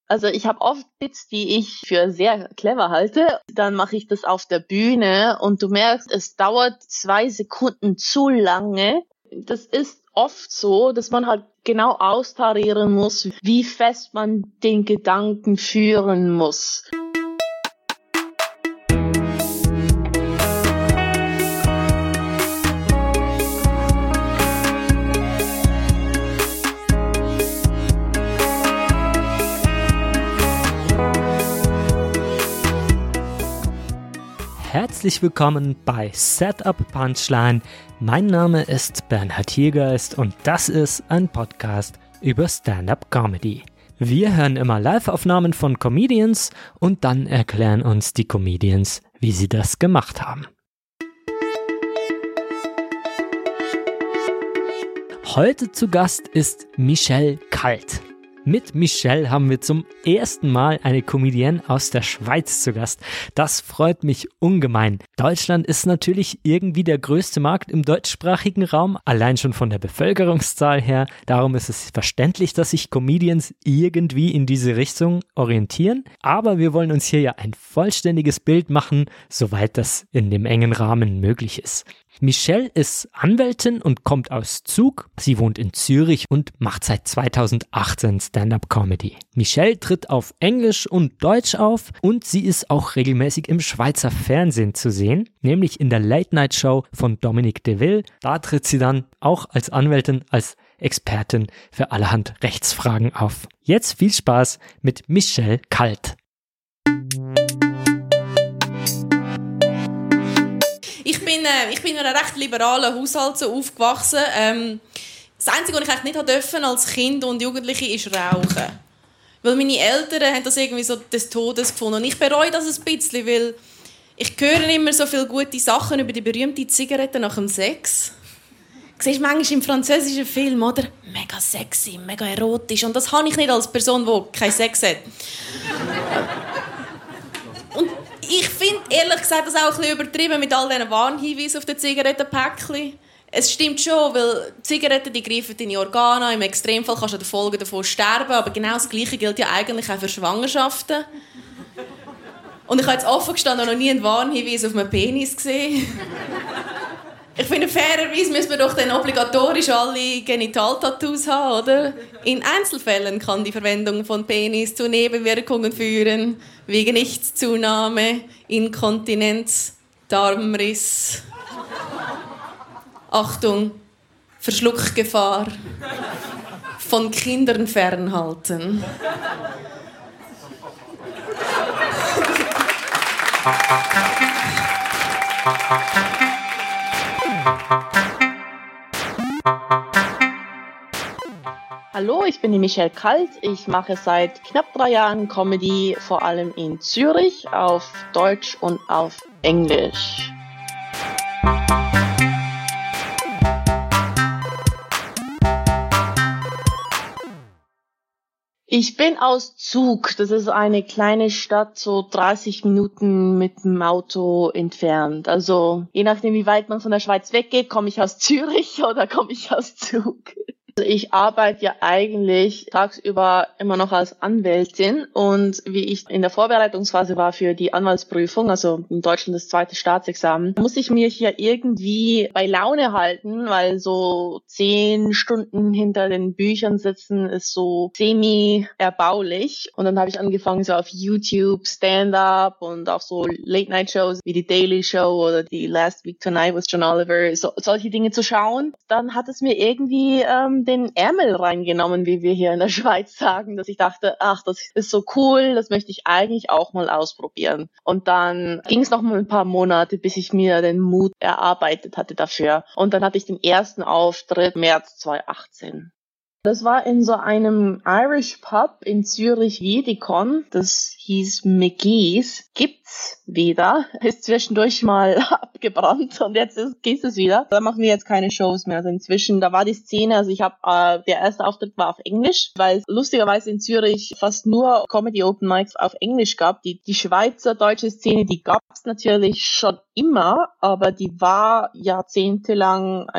Also ich habe oft Bits, die ich für sehr clever halte. Dann mache ich das auf der Bühne und du merkst, es dauert 2 Sekunden zu lange. Das ist oft so, dass man halt genau austarieren muss, wie fest man den Gedanken führen muss. Herzlich willkommen bei Setup Punchline. Mein Name ist Bernhard Hiergeist und das ist ein Podcast über Stand-Up-Comedy. Wir hören immer Live-Aufnahmen von Comedians und dann erklären uns die Comedians, wie sie das gemacht haben. Heute zu Gast ist Michelle Kalt. Mit Michelle haben wir zum ersten Mal eine Comedienne aus der Schweiz zu Gast. Das freut mich ungemein. Deutschland ist natürlich irgendwie der größte Markt im deutschsprachigen Raum, allein schon von der Bevölkerungszahl her. Darum ist es verständlich, dass sich Comedians irgendwie in diese Richtung orientieren. Aber wir wollen uns hier ja ein vollständiges Bild machen, soweit das in dem engen Rahmen möglich ist. Michelle ist Anwältin und kommt aus Zug. Sie wohnt in Zürich und macht seit 2018 Stand-Up-Comedy. Michelle tritt auf Englisch und Deutsch auf und sie ist auch regelmäßig im Schweizer Fernsehen zu sehen, nämlich in der Late-Night-Show von Dominique Deville. Da tritt sie dann auch als Anwältin, als Expertin für allerhand Rechtsfragen auf. Jetzt viel Spaß mit Michelle Kalt. Ich bin in einem recht liberalen Haushalt so aufgewachsen. Das Einzige, was ich eigentlich nicht durfte als Kind und Jugendliche, ist Rauchen. Weil meine Eltern haben das irgendwie so des Todes gefunden. Und ich bereue das ein bisschen, weil ich höre immer so viele gute Sachen über die berühmte Zigarette nach dem Sex. Du siehst manchmal im französischen Film, oder? Mega sexy, mega erotisch. Und das habe ich nicht als Person, die keinen Sex hat. Und ich finde, ehrlich gesagt, das auch ein bisschen übertrieben mit all diesen Warnhinweisen auf den Zigarettenpäckchen. Es stimmt schon, weil Zigaretten die greifen deine Organe an. Im Extremfall kannst du an den Folgen davon sterben. Aber genau das Gleiche gilt ja eigentlich auch für Schwangerschaften. Und ich habe jetzt offen gestanden noch nie einen Warnhinweis auf meinen Penis gesehen. Ich finde, fairerweise müssen wir doch dann obligatorisch alle Genital-Tattoos haben, oder? In Einzelfällen kann die Verwendung von Penis zu Nebenwirkungen führen, wie Gewichtszunahme, Inkontinenz, Darmriss. Achtung, Verschluckgefahr. Von Kindern fernhalten. Hallo, ich bin die Michelle Kalt. Ich mache seit knapp 3 Jahren Comedy, vor allem in Zürich, auf Deutsch und auf Englisch. Ich bin aus Zug. Das ist eine kleine Stadt, so 30 Minuten mit dem Auto entfernt. Also je nachdem, wie weit man von der Schweiz weggeht, komme ich aus Zürich oder komme ich aus Zug. Ich arbeite ja eigentlich tagsüber immer noch als Anwältin und wie ich in der Vorbereitungsphase war für die Anwaltsprüfung, also in Deutschland das 2. Staatsexamen, muss ich mich hier irgendwie bei Laune halten, weil so 10 Stunden hinter den Büchern sitzen ist so semi-erbaulich. Und dann habe ich angefangen so auf YouTube Stand-Up und auch so Late-Night-Shows wie die Daily Show oder die Last Week Tonight with John Oliver, solche Dinge zu schauen. Dann hat es mir irgendwie den Ärmel reingenommen, wie wir hier in der Schweiz sagen, dass ich dachte, ach, das ist so cool, das möchte ich eigentlich auch mal ausprobieren. Und dann ging es noch mal ein paar Monate, bis ich mir den Mut erarbeitet hatte dafür. Und dann hatte ich den ersten Auftritt März 2018. Das war in so einem Irish Pub in Zürich Wiedikon. Das hieß McGee's. Gibt's wieder. Ist zwischendurch mal abgebrannt und jetzt geht es wieder. Da machen wir jetzt keine Shows mehr. Also inzwischen, da war die Szene, also der erste Auftritt war auf Englisch, weil es lustigerweise in Zürich fast nur Comedy Open Mics auf Englisch gab. Die Schweizer deutsche Szene, die gab's natürlich schon immer, aber die war jahrzehntelang einfach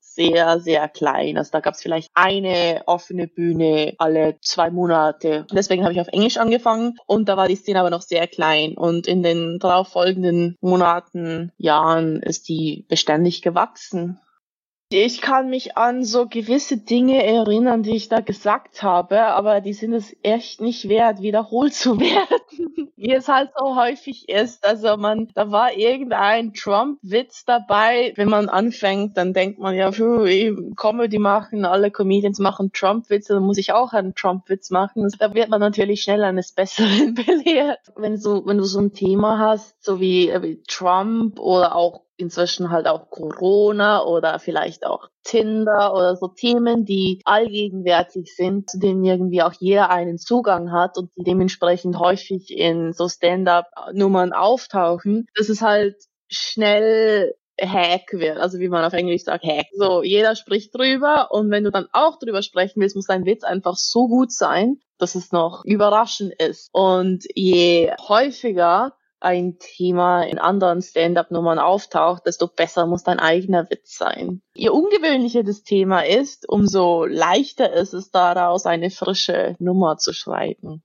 sehr, sehr klein. Also da gab es vielleicht eine offene Bühne alle 2 Monate. Deswegen habe ich auf Englisch angefangen und da war die Szene aber noch sehr klein. Und in den darauf folgenden Monaten, Jahren ist die beständig gewachsen. Ich kann mich an so gewisse Dinge erinnern, die ich da gesagt habe, aber die sind es echt nicht wert, wiederholt zu werden. Wie es halt so häufig ist. Also da war irgendein Trump-Witz dabei. Wenn man anfängt, dann denkt man ja, Comedy machen, alle Comedians machen Trump-Witze, dann muss ich auch einen Trump-Witz machen. Da wird man natürlich schnell eines Besseren belehrt. Wenn du so ein Thema hast, so wie Trump oder auch inzwischen halt auch Corona oder vielleicht auch Tinder oder so Themen, die allgegenwärtig sind, zu denen irgendwie auch jeder einen Zugang hat und die dementsprechend häufig in so Stand-up-Nummern auftauchen, dass es halt schnell Hack wird, also wie man auf Englisch sagt, Hack. So, jeder spricht drüber und wenn du dann auch drüber sprechen willst, muss dein Witz einfach so gut sein, dass es noch überraschend ist. Und je häufiger ein Thema in anderen Stand-up-Nummern auftaucht, desto besser muss dein eigener Witz sein. Je ungewöhnlicher das Thema ist, umso leichter ist es daraus, eine frische Nummer zu schreiben.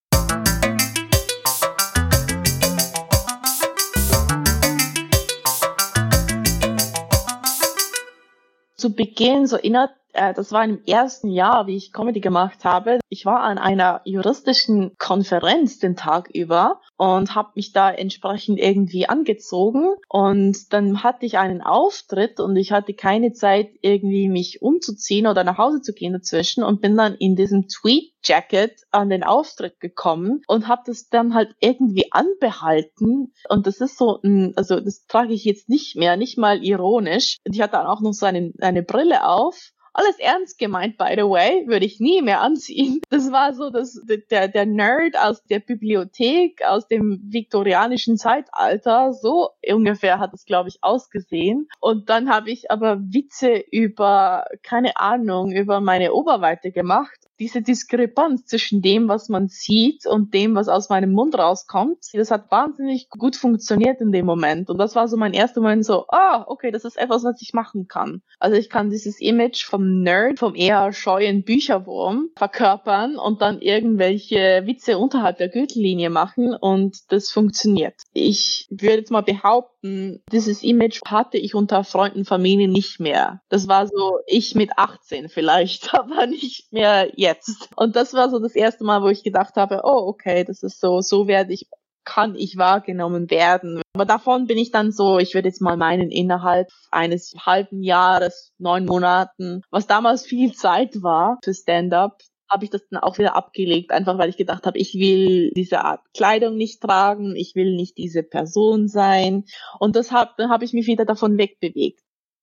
Zu Beginn, das war im ersten Jahr, wie ich Comedy gemacht habe. Ich war an einer juristischen Konferenz den Tag über und habe mich da entsprechend irgendwie angezogen. Und dann hatte ich einen Auftritt und ich hatte keine Zeit, irgendwie mich umzuziehen oder nach Hause zu gehen dazwischen und bin dann in diesem Tweed-Jacket an den Auftritt gekommen und habe das dann halt irgendwie anbehalten. Und das ist so, also das trage ich jetzt nicht mehr, nicht mal ironisch. Und ich hatte dann auch noch so eine Brille auf. Alles ernst gemeint, by the way, würde ich nie mehr anziehen. Das war so der Nerd aus der Bibliothek, aus dem viktorianischen Zeitalter. So ungefähr hat es, glaube ich, ausgesehen. Und dann habe ich aber Witze über meine Oberweite gemacht. Diese Diskrepanz zwischen dem, was man sieht und dem, was aus meinem Mund rauskommt, das hat wahnsinnig gut funktioniert in dem Moment. Und das war so mein erster Moment so, okay, das ist etwas, was ich machen kann. Also ich kann dieses Image vom Nerd, vom eher scheuen Bücherwurm verkörpern und dann irgendwelche Witze unterhalb der Gürtellinie machen und das funktioniert. Ich würde jetzt mal behaupten, dieses Image hatte ich unter Freunden, Familien nicht mehr. Das war so ich mit 18 vielleicht, aber nicht mehr jetzt. Und das war so das erste Mal, wo ich gedacht habe, okay, das ist so kann ich wahrgenommen werden. Aber davon bin ich dann so, ich würde jetzt mal meinen, innerhalb eines halben Jahres, 9 Monaten, was damals viel Zeit war für Stand-up, habe ich das dann auch wieder abgelegt, einfach weil ich gedacht habe, ich will diese Art Kleidung nicht tragen, ich will nicht diese Person sein. Und dann habe ich mich wieder davon wegbewegt.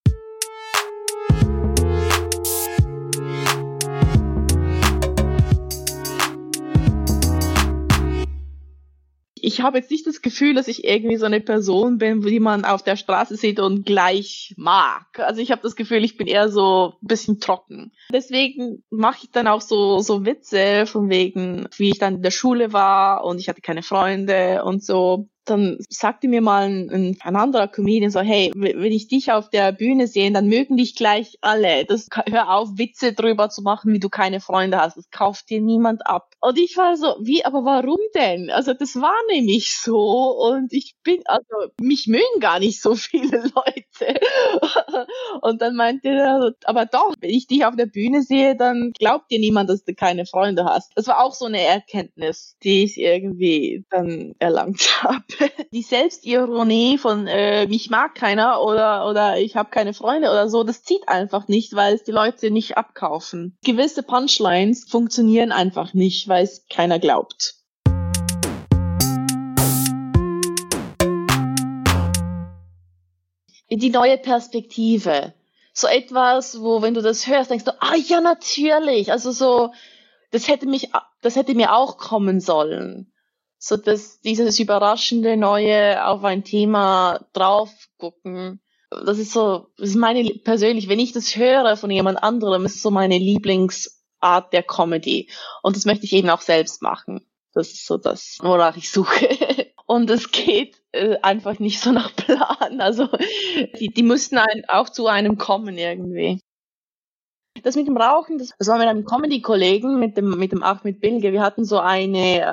Ich habe jetzt nicht das Gefühl, dass ich irgendwie so eine Person bin, die man auf der Straße sieht und gleich mag. Also ich habe das Gefühl, ich bin eher so ein bisschen trocken. Deswegen mache ich dann auch so Witze von wegen, wie ich dann in der Schule war und ich hatte keine Freunde und so. Dann sagte mir mal ein anderer Comedian so, hey, wenn ich dich auf der Bühne sehe, dann mögen dich gleich alle. Hör auf, Witze drüber zu machen, wie du keine Freunde hast. Das kauft dir niemand ab. Und ich war so, aber warum denn? Also das war nämlich so und mich mögen gar nicht so viele Leute. Und dann meinte er, aber doch, wenn ich dich auf der Bühne sehe, dann glaubt dir niemand, dass du keine Freunde hast. Das war auch so eine Erkenntnis, die ich irgendwie dann erlangt habe. Die Selbstironie von mich mag keiner oder ich habe keine Freunde oder so, das zieht einfach nicht, weil es die Leute nicht abkaufen. Gewisse Punchlines funktionieren einfach nicht, weil es keiner glaubt. Die neue Perspektive. So etwas, wo, wenn du das hörst, denkst du, ja, natürlich. Also so, das hätte mir auch kommen sollen. So, dass dieses überraschende Neue auf ein Thema drauf gucken. Das ist meine, persönlich, wenn ich das höre von jemand anderem, ist so meine Lieblingsart der Comedy. Und das möchte ich eben auch selbst machen. Das ist so das, wonach ich suche. und es geht einfach nicht so nach Plan. Also die müssten auch zu einem kommen irgendwie. Das mit dem Rauchen, das war mit einem Comedy-Kollegen, mit dem Ahmed Bilge. Wir hatten so eine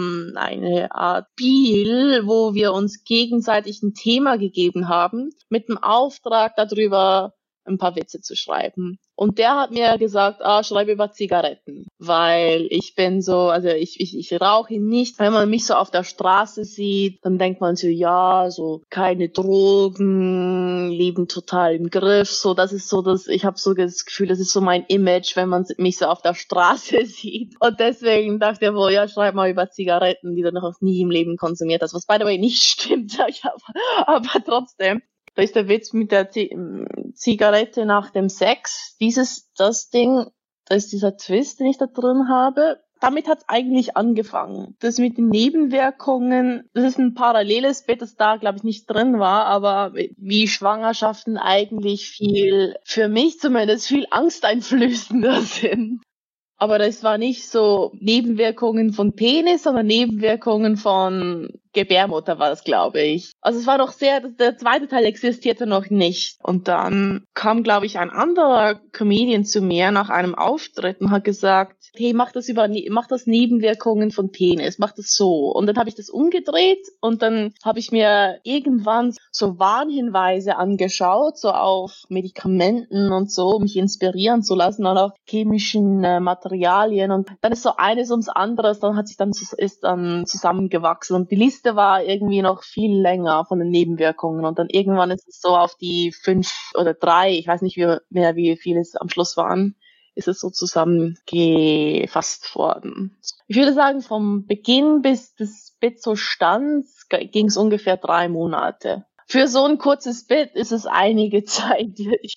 Art Spiel, wo wir uns gegenseitig ein Thema gegeben haben, mit dem Auftrag darüber ein paar Witze zu schreiben. Und der hat mir gesagt, schreibe über Zigaretten, weil ich bin so, also ich rauche nicht. Wenn man mich so auf der Straße sieht, dann denkt man so, ja, so keine Drogen, leben total im Griff, so, das ist so das, ich habe so das Gefühl, das ist so mein Image, wenn man mich so auf der Straße sieht. Und deswegen dachte ich, ja, schreib mal über Zigaretten, die du noch nie im Leben konsumiert hast, was by the way nicht stimmt, aber trotzdem. Da ist der Witz mit der Zigarette nach dem Sex. Das Ding, da ist dieser Twist, den ich da drin habe. Damit hat's eigentlich angefangen. Das mit den Nebenwirkungen, das ist ein paralleles Bit, das da, glaube ich, nicht drin war, aber wie Schwangerschaften eigentlich für mich zumindest viel angsteinflößender sind. Aber das war nicht so Nebenwirkungen von Penis, sondern Nebenwirkungen von Gebärmutter war das, glaube ich. Also es war noch der zweite Teil existierte noch nicht. Und dann kam, glaube ich, ein anderer Comedian zu mir nach einem Auftritt und hat gesagt, hey, mach das Nebenwirkungen von Penis, mach das so. Und dann habe ich das umgedreht und dann habe ich mir irgendwann so Warnhinweise angeschaut, so auf Medikamenten und so, um mich inspirieren zu lassen und auch chemischen Materialien. Und dann ist so eines ums anderes, ist dann zusammengewachsen. Und die Liste war irgendwie noch viel länger von den Nebenwirkungen. Und dann irgendwann ist es so auf die 5 oder 3, ich weiß nicht mehr, wie viele es am Schluss waren, ist es so zusammengefasst worden. Ich würde sagen, vom Beginn bis das Bit so stand, ging es ungefähr 3 Monate. Für so ein kurzes Bit ist es einige Zeit.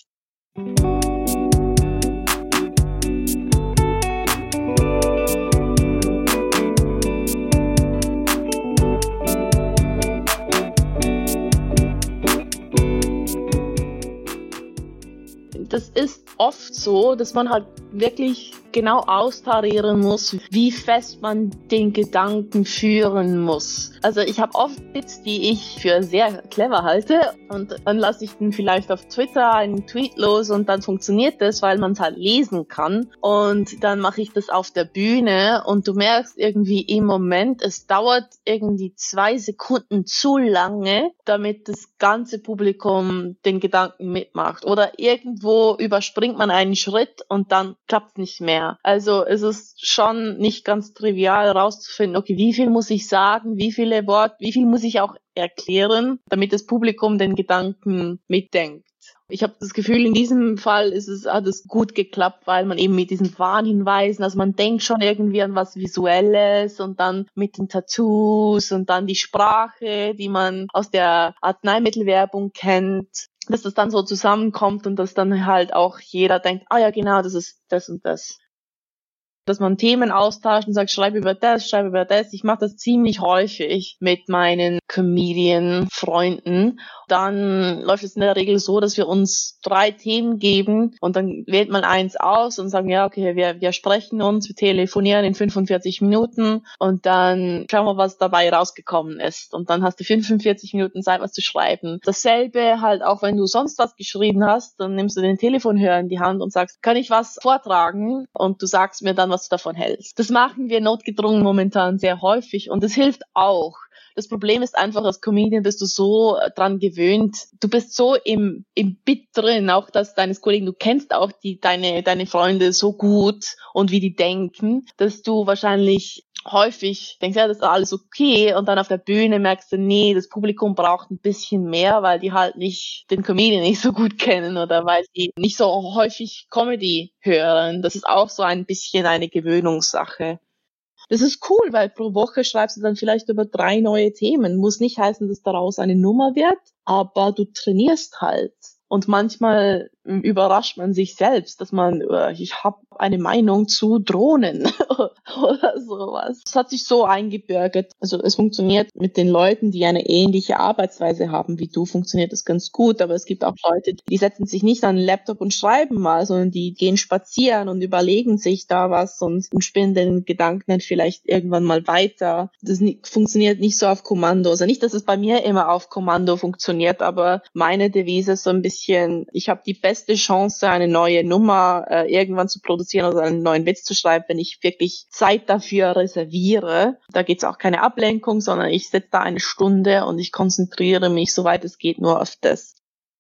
Das ist oft so, dass man halt wirklich genau austarieren muss, wie fest man den Gedanken führen muss. Also ich habe oft Bits, die ich für sehr clever halte und dann lasse ich den vielleicht auf Twitter einen Tweet los und dann funktioniert das, weil man es halt lesen kann und dann mache ich das auf der Bühne und du merkst irgendwie im Moment, es dauert irgendwie 2 Sekunden zu lange, damit das ganze Publikum den Gedanken mitmacht oder irgendwo überspringt man einen Schritt und dann klappt es nicht mehr. Also es ist schon nicht ganz trivial rauszufinden, okay, wie viel muss ich sagen, wie viel muss ich auch erklären, damit das Publikum den Gedanken mitdenkt. Ich habe das Gefühl, in diesem Fall hat es gut geklappt, weil man eben mit diesen Warnhinweisen, also man denkt schon irgendwie an was Visuelles und dann mit den Tattoos und dann die Sprache, die man aus der Arzneimittelwerbung kennt, dass das dann so zusammenkommt und dass dann halt auch jeder denkt, ja genau, das ist das und das. Dass man Themen austauscht und sagt, schreibe über das. Ich mache das ziemlich häufig mit meinen Comedian-Freunden. Dann läuft es in der Regel so, dass wir uns 3 Themen geben und dann wählt man eins aus und sagen, ja, okay, wir sprechen uns, wir telefonieren in 45 Minuten und dann schauen wir, was dabei rausgekommen ist. Und dann hast du 45 Minuten Zeit, was zu schreiben. Dasselbe halt auch, wenn du sonst was geschrieben hast, dann nimmst du den Telefonhörer in die Hand und sagst, kann ich was vortragen? Und du sagst mir dann, was du davon hältst. Das machen wir notgedrungen momentan sehr häufig und es hilft auch. Das Problem ist einfach, als Comedian bist du so dran gewöhnt. Du bist so im Bit drin, auch dass deines Kollegen, du kennst auch deine Freunde so gut und wie die denken, dass du wahrscheinlich häufig denkst, ja, das ist alles okay und dann auf der Bühne merkst du, nee, das Publikum braucht ein bisschen mehr, weil die halt nicht den Comedian nicht so gut kennen oder weil sie nicht so häufig Comedy hören. Das ist auch so ein bisschen eine Gewöhnungssache. Das ist cool, weil pro Woche schreibst du dann vielleicht über 3 neue Themen. Muss nicht heißen, dass daraus eine Nummer wird, aber du trainierst halt. Und manchmal überrascht man sich selbst, dass man, ich habe eine Meinung zu Drohnen oder sowas. Es hat sich so eingebürgert. Also es funktioniert mit den Leuten, die eine ähnliche Arbeitsweise haben wie du, funktioniert das ganz gut. Aber es gibt auch Leute, die setzen sich nicht an den Laptop und schreiben mal, sondern die gehen spazieren und überlegen sich da was und spinnen den Gedanken dann vielleicht irgendwann mal weiter. Das funktioniert nicht so auf Kommando. Also nicht, dass es bei mir immer auf Kommando funktioniert, aber meine Devise ist so ein bisschen, ich habe die beste Chance, eine neue Nummer irgendwann zu produzieren oder einen neuen Witz zu schreiben, wenn ich wirklich Zeit dafür reserviere. Da geht's auch keine Ablenkung, sondern ich sitze da eine Stunde und ich konzentriere mich, soweit es geht, nur auf das.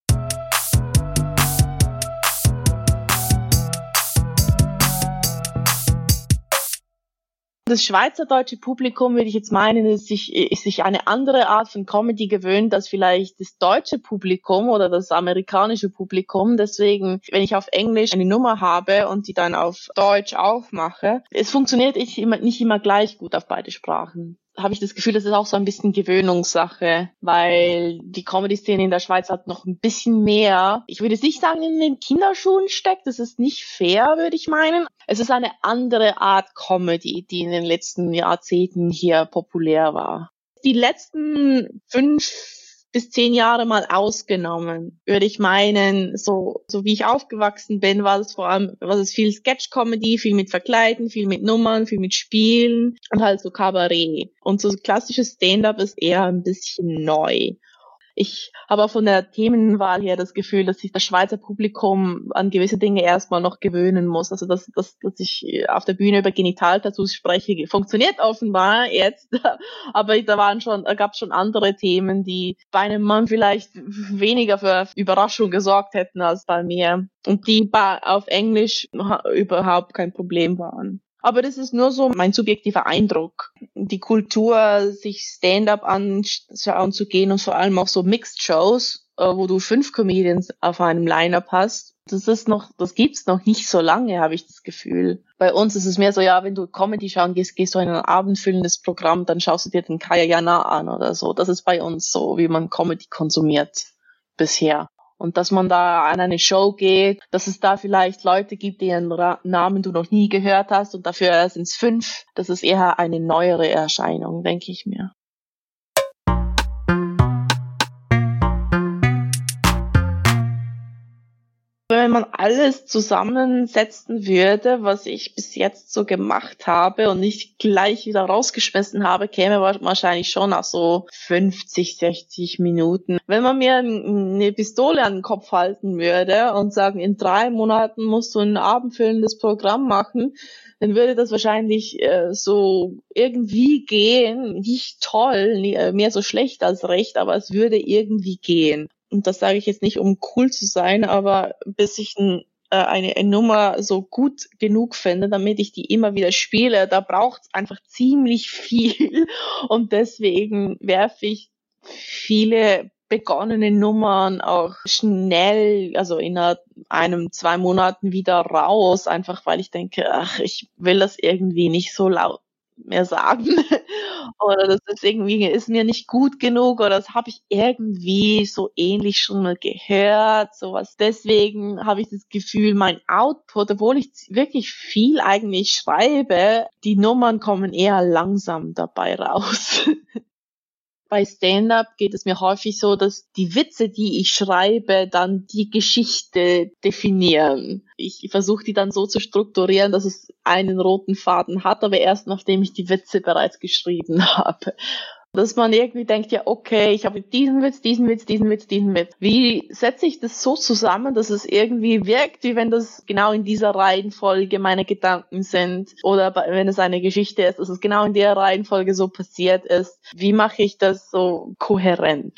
Das schweizerdeutsche Publikum, würde ich jetzt meinen, ist sich eine andere Art von Comedy gewöhnt als vielleicht das deutsche Publikum oder das amerikanische Publikum. Deswegen, wenn ich auf Englisch eine Nummer habe und die dann auf Deutsch aufmache, es funktioniert nicht immer gleich gut auf beide Sprachen. Habe ich das Gefühl, das ist auch so ein bisschen Gewöhnungssache, weil die Comedy-Szene in der Schweiz hat noch ein bisschen mehr, ich würde nicht sagen, in den Kinderschuhen steckt, das ist nicht fair, würde ich meinen. Es ist eine andere Art Comedy, die in den letzten Jahrzehnten hier populär war. Die letzten 5 bis 10 Jahre mal ausgenommen, würde ich meinen, so wie ich aufgewachsen bin, war es viel Sketch-Comedy, viel mit Verkleiden, viel mit Nummern, viel mit Spielen und halt so Kabarett. Und so klassisches Stand-up ist eher ein bisschen neu. Ich habe auch von der Themenwahl her das Gefühl, dass sich das Schweizer Publikum an gewisse Dinge erstmal noch gewöhnen muss. Also dass ich auf der Bühne über Genitaltattoos spreche, funktioniert offenbar jetzt. Aber da gab es schon andere Themen, die bei einem Mann vielleicht weniger für Überraschung gesorgt hätten als bei mir. Und die auf Englisch überhaupt kein Problem waren. Aber das ist nur so mein subjektiver Eindruck. Die Kultur, sich Stand-up anschauen zu gehen und vor allem auch so Mixed-Shows, wo du 5 Comedians auf einem Line-Up hast, das gibt's noch nicht so lange, habe ich das Gefühl. Bei uns ist es mehr so, ja, wenn du Comedy schauen gehst du in ein abendfüllendes Programm, dann schaust du dir den Kaya Jana an oder so. Das ist bei uns so, wie man Comedy konsumiert bisher. Und dass man da an eine Show geht, dass es da vielleicht Leute gibt, deren Namen du noch nie gehört hast und dafür sind es 5. Das ist eher eine neuere Erscheinung, denke ich mir. Wenn man alles zusammensetzen würde, was ich bis jetzt so gemacht habe und nicht gleich wieder rausgeschmissen habe, käme wahrscheinlich schon nach so 50, 60 Minuten. Wenn man mir eine Pistole an den Kopf halten würde und sagen, in 3 Monaten musst du ein abendfüllendes Programm machen, dann würde das wahrscheinlich so irgendwie gehen. Nicht toll, mehr so schlecht als recht, aber es würde irgendwie gehen. Und das sage ich jetzt nicht, um cool zu sein, aber bis ich eine Nummer so gut genug finde, damit ich die immer wieder spiele, da braucht es einfach ziemlich viel. Und deswegen werfe ich viele begonnene Nummern auch schnell, also in 1-2 Monaten wieder raus, einfach weil ich denke, ich will das irgendwie nicht so laut mehr sagen. Oder das ist mir nicht gut genug oder das habe ich irgendwie so ähnlich schon mal gehört, sowas. Deswegen habe ich das Gefühl, mein Output, obwohl ich wirklich viel eigentlich schreibe, die Nummern kommen eher langsam dabei raus. Bei Stand-up geht es mir häufig so, dass die Witze, die ich schreibe, dann die Geschichte definieren. Ich versuche die dann so zu strukturieren, dass es einen roten Faden hat, aber erst nachdem ich die Witze bereits geschrieben habe. Dass man irgendwie denkt, ja okay, ich habe diesen Witz. Wie setze ich das so zusammen, dass es irgendwie wirkt, wie wenn das genau in dieser Reihenfolge meine Gedanken sind oder wenn es eine Geschichte ist, dass es genau in der Reihenfolge so passiert ist. Wie mache ich das so kohärent?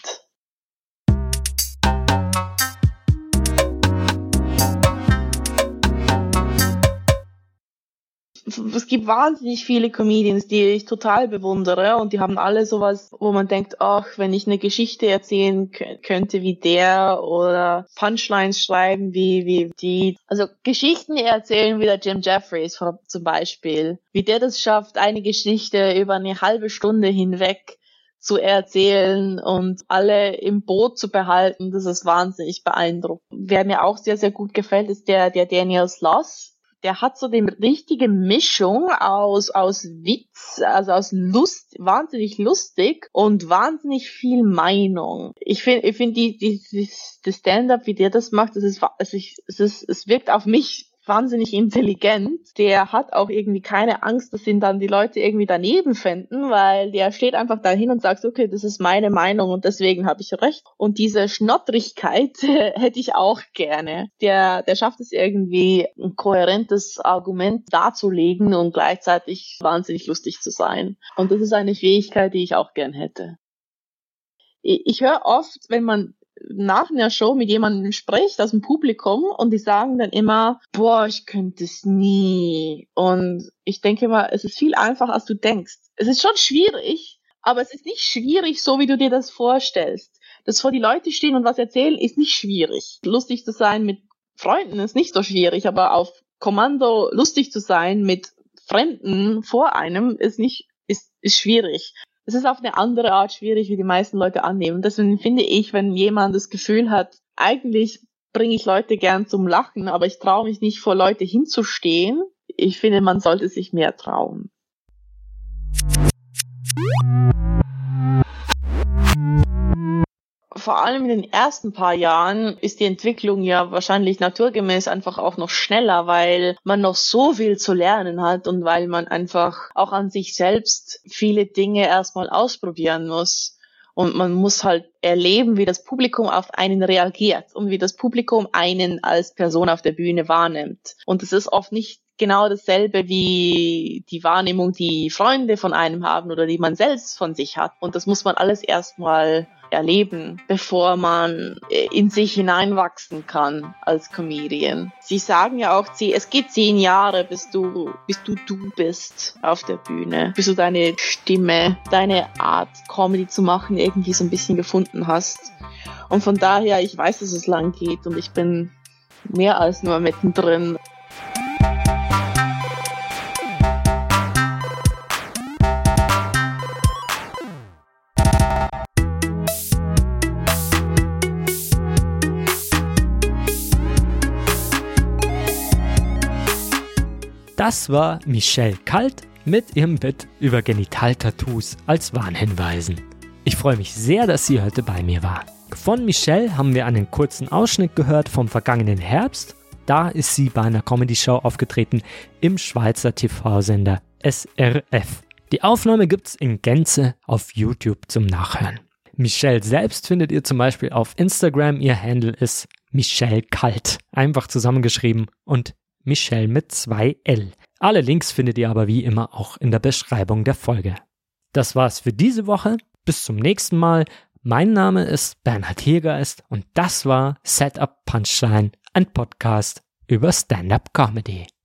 Es gibt wahnsinnig viele Comedians, die ich total bewundere und die haben alle sowas, wo man denkt, ach, wenn ich eine Geschichte erzählen könnte wie der oder Punchlines schreiben wie die. Also Geschichten erzählen wie der Jim Jeffries zum Beispiel. Wie der das schafft, eine Geschichte über eine halbe Stunde hinweg zu erzählen und alle im Boot zu behalten, das ist wahnsinnig beeindruckend. Wer mir auch sehr, sehr gut gefällt, ist der Daniel Sloss. Der hat so die richtige Mischung aus Witz, also aus Lust, wahnsinnig lustig und wahnsinnig viel Meinung. Ich finde das Stand-up, wie der das macht, es wirkt auf mich wahnsinnig intelligent. Der hat auch irgendwie keine Angst, dass ihn dann die Leute irgendwie daneben finden, weil der steht einfach dahin und sagt, okay, das ist meine Meinung und deswegen habe ich recht. Und diese Schnottrigkeit hätte ich auch gerne. Der schafft es irgendwie, ein kohärentes Argument darzulegen und gleichzeitig wahnsinnig lustig zu sein. Und das ist eine Fähigkeit, die ich auch gern hätte. Ich höre oft, wenn man nach einer Show mit jemandem spricht aus dem Publikum und die sagen dann immer, boah, ich könnte es nie. Und ich denke immer, es ist viel einfacher, als du denkst. Es ist schon schwierig, aber es ist nicht schwierig, so wie du dir das vorstellst. Dass vor die Leute stehen und was erzählen, ist nicht schwierig. Lustig zu sein mit Freunden ist nicht so schwierig, aber auf Kommando lustig zu sein mit Fremden vor einem ist schwierig. Es ist auf eine andere Art schwierig, wie die meisten Leute annehmen. Deswegen finde ich, wenn jemand das Gefühl hat, eigentlich bringe ich Leute gern zum Lachen, aber ich traue mich nicht, vor Leute hinzustehen, ich finde, man sollte sich mehr trauen. Vor allem in den ersten paar Jahren ist die Entwicklung ja wahrscheinlich naturgemäß einfach auch noch schneller, weil man noch so viel zu lernen hat und weil man einfach auch an sich selbst viele Dinge erstmal ausprobieren muss. Und man muss halt erleben, wie das Publikum auf einen reagiert und wie das Publikum einen als Person auf der Bühne wahrnimmt. Und es ist oft nicht genau dasselbe wie die Wahrnehmung, die Freunde von einem haben oder die man selbst von sich hat. Und das muss man alles erstmal erleben, bevor man in sich hineinwachsen kann als Comedian. Sie sagen ja auch, es geht 10 Jahre, bis du bist auf der Bühne, bis du deine Stimme, deine Art, Comedy zu machen, irgendwie so ein bisschen gefunden hast. Und von daher, ich weiß, dass es lang geht und ich bin mehr als nur mittendrin. Das war Michelle Kalt mit ihrem Bit über Genitaltattoos als Warnhinweisen. Ich freue mich sehr, dass sie heute bei mir war. Von Michelle haben wir einen kurzen Ausschnitt gehört vom vergangenen Herbst. Da ist sie bei einer Comedy-Show aufgetreten im Schweizer TV-Sender SRF. Die Aufnahme gibt's in Gänze auf YouTube zum Nachhören. Michelle selbst findet ihr zum Beispiel auf Instagram. Ihr Handle ist Michelle Kalt, einfach zusammengeschrieben und Michelle mit 2 L. Alle Links findet ihr aber wie immer auch in der Beschreibung der Folge. Das war's für diese Woche. Bis zum nächsten Mal. Mein Name ist Bernhard Hiergeist und das war Setup Punchline, ein Podcast über Stand-Up Comedy.